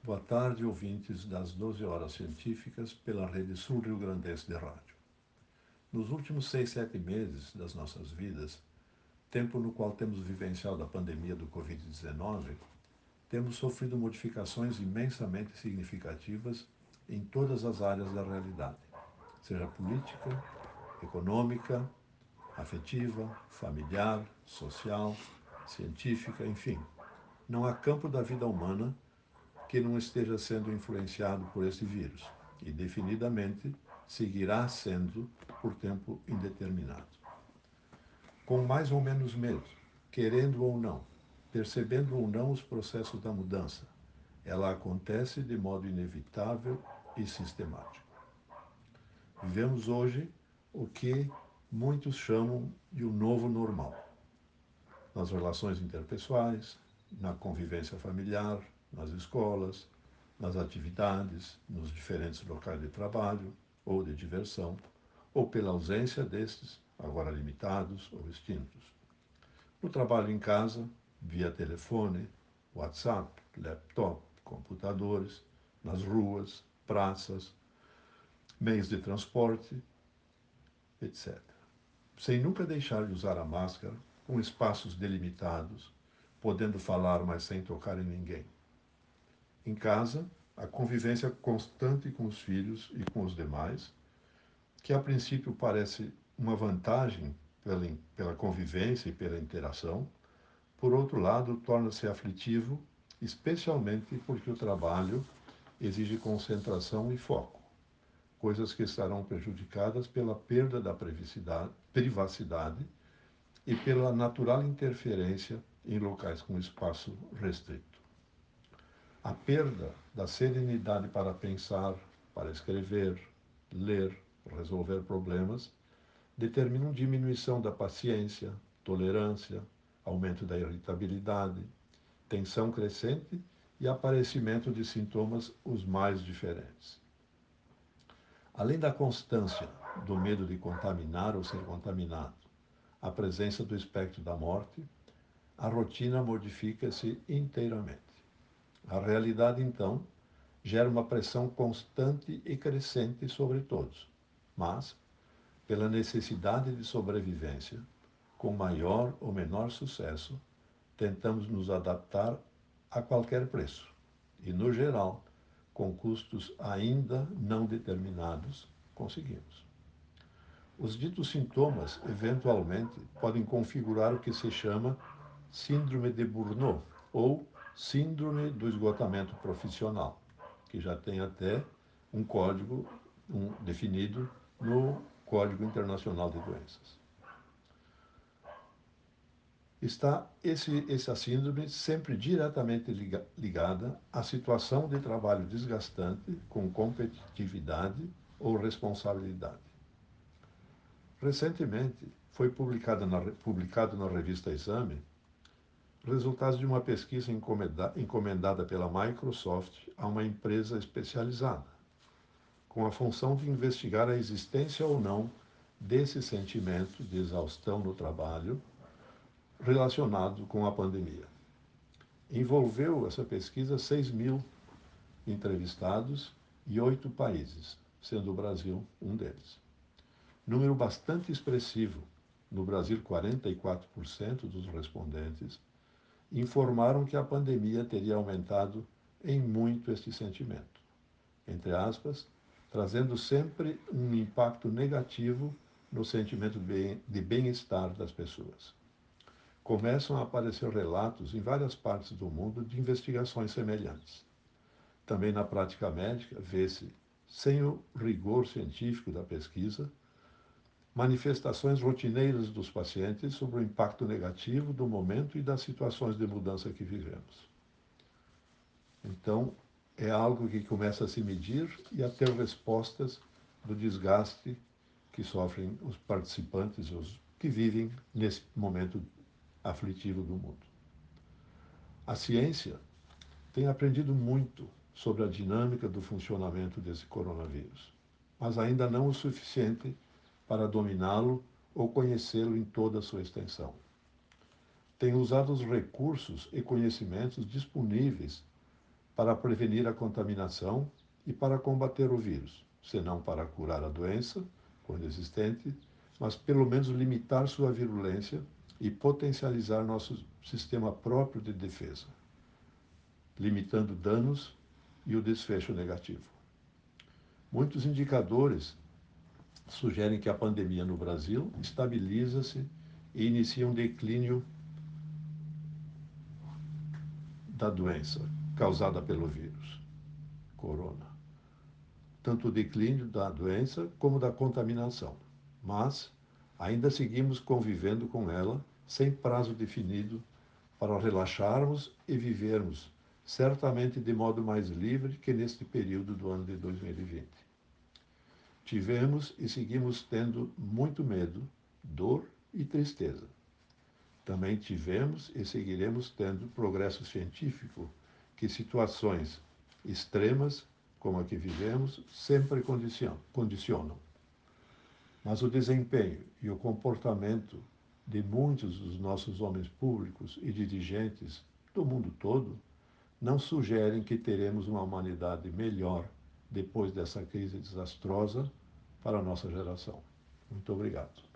Boa tarde, ouvintes das 12 horas científicas pela rede sul-rio-grandense de rádio. Nos últimos 6, 7 meses das nossas vidas, tempo no qual temos vivenciado a pandemia do Covid-19, temos sofrido modificações imensamente significativas em todas as áreas da realidade, seja política, econômica, afetiva, familiar, social, científica, enfim. Não há campo da vida humana que não esteja sendo influenciado por esse vírus e, definidamente, seguirá sendo por tempo indeterminado. Com mais ou menos medo, querendo ou não, percebendo ou não os processos da mudança, ela acontece de modo inevitável e sistemático. Vivemos hoje o que muitos chamam de um novo normal. Nas relações interpessoais, na convivência familiar, nas escolas, nas atividades, nos diferentes locais de trabalho ou de diversão, ou pela ausência destes, agora limitados ou extintos. No trabalho em casa, via telefone, WhatsApp, laptop, computadores, nas ruas, praças, meios de transporte, etc. Sem nunca deixar de usar a máscara, com espaços delimitados, podendo falar, mas sem tocar em ninguém. Em casa, a convivência constante com os filhos e com os demais, que a princípio parece uma vantagem pela convivência e pela interação, por outro lado, torna-se aflitivo, especialmente porque o trabalho exige concentração e foco, coisas que estarão prejudicadas pela perda da privacidade e pela natural interferência em locais com espaço restrito. A perda da serenidade para pensar, para escrever, ler, resolver problemas, determinam diminuição da paciência, tolerância, aumento da irritabilidade, tensão crescente e aparecimento de sintomas os mais diferentes. Além da constância do medo de contaminar ou ser contaminado, a presença do espectro da morte, a rotina modifica-se inteiramente. A realidade, então, gera uma pressão constante e crescente sobre todos, mas, pela necessidade de sobrevivência, com maior ou menor sucesso, tentamos nos adaptar a qualquer preço e, no geral, com custos ainda não determinados, conseguimos. Os ditos sintomas, eventualmente, podem configurar o que se chama Síndrome de Burnout ou Síndrome do Esgotamento Profissional, que já tem até um código definido no Código Internacional de Doenças. Está essa síndrome sempre diretamente ligada à situação de trabalho desgastante com competitividade ou responsabilidade. Recentemente, foi publicado na revista Exame resultados de uma pesquisa encomendada pela Microsoft a uma empresa especializada, com a função de investigar a existência ou não desse sentimento de exaustão no trabalho relacionado com a pandemia. Envolveu essa pesquisa 6.000 entrevistados e 8 países, sendo o Brasil um deles. Número bastante expressivo. No Brasil, 44% dos respondentes informaram que a pandemia teria aumentado em muito este sentimento, entre aspas, trazendo sempre um impacto negativo no sentimento de bem-estar das pessoas. Começam a aparecer relatos em várias partes do mundo de investigações semelhantes. Também na prática médica, vê-se, sem o rigor científico da pesquisa, manifestações rotineiras dos pacientes sobre o impacto negativo do momento e das situações de mudança que vivemos. Então, é algo que começa a se medir e a ter respostas do desgaste que sofrem os participantes, os que vivem nesse momento aflitivo do mundo. A ciência tem aprendido muito sobre a dinâmica do funcionamento desse coronavírus, mas ainda não o suficiente para dominá-lo ou conhecê-lo em toda a sua extensão. Tem usado os recursos e conhecimentos disponíveis para prevenir a contaminação e para combater o vírus, senão para curar a doença, quando existente, mas pelo menos limitar sua virulência e potencializar nosso sistema próprio de defesa, limitando danos e o desfecho negativo. Muitos indicadores sugerem que a pandemia no Brasil estabiliza-se e inicia um declínio da doença causada pelo vírus, corona. Tanto o declínio da doença como da contaminação. Mas ainda seguimos convivendo com ela sem prazo definido para relaxarmos e vivermos, certamente de modo mais livre que neste período do ano de 2020. Tivemos e seguimos tendo muito medo, dor e tristeza. Também tivemos e seguiremos tendo progresso científico que situações extremas, como a que vivemos, sempre condicionam. Mas o desempenho e o comportamento de muitos dos nossos homens públicos e dirigentes do mundo todo não sugerem que teremos uma humanidade melhor depois dessa crise desastrosa para a nossa geração. Muito obrigado.